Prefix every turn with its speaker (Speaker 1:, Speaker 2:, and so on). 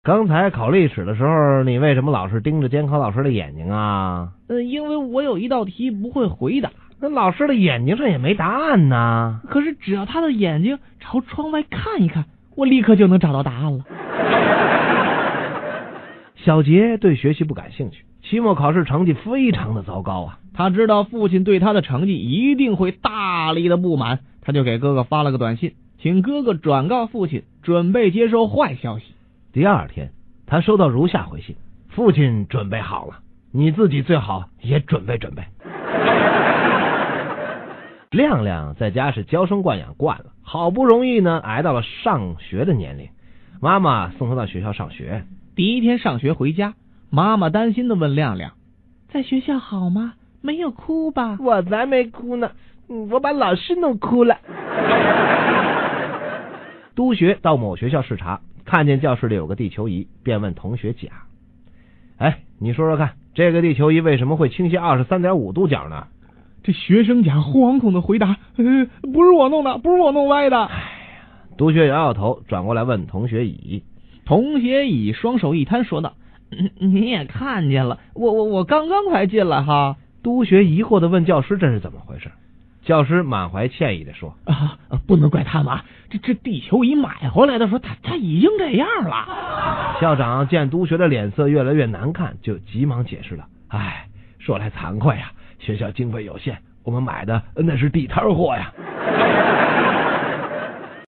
Speaker 1: 刚才考历史的时候，你为什么老是盯着监考老师的眼睛啊？
Speaker 2: 因为我有一道题不会回答。
Speaker 1: 那老师的眼睛上也没答案呢。
Speaker 2: 可是只要他的眼睛朝窗外看一看，我立刻就能找到答案了。
Speaker 1: 小杰对学习不感兴趣，期末考试成绩非常的糟糕啊。
Speaker 2: 他知道父亲对他的成绩一定会大力的不满，他就给哥哥发了个短信，请哥哥转告父亲准备接受坏消息。
Speaker 1: 第二天，他收到如下回信：父亲准备好了，你自己最好也准备准备。亮亮在家是娇生惯养惯了，好不容易呢挨到了上学的年龄，妈妈送他到学校上学。
Speaker 2: 第一天上学回家，妈妈担心的问亮亮：在学校好吗？没有哭吧？
Speaker 1: 我才没哭呢，我把老师弄哭了。督学到某学校视察，看见教室里有个地球仪，便问同学甲：哎，你说说看，这个地球仪为什么会倾斜 23.5 度角呢？
Speaker 2: 这学生甲惶恐的回答：不是我弄的，不是我弄歪的。
Speaker 1: 督学摇摇头，转过来问同学乙。
Speaker 2: 同学乙双手一摊说道：你也看见了，我刚刚才进来哈。
Speaker 1: 督学疑惑的问教师这是怎么回事。教师满怀歉意的说：
Speaker 2: 不能怪他们，这地球仪买回来的时候他已经这样了。
Speaker 1: 校长见督学的脸色越来越难看，就急忙解释了：说来惭愧呀，学校经费有限，我们买的那是地摊货呀。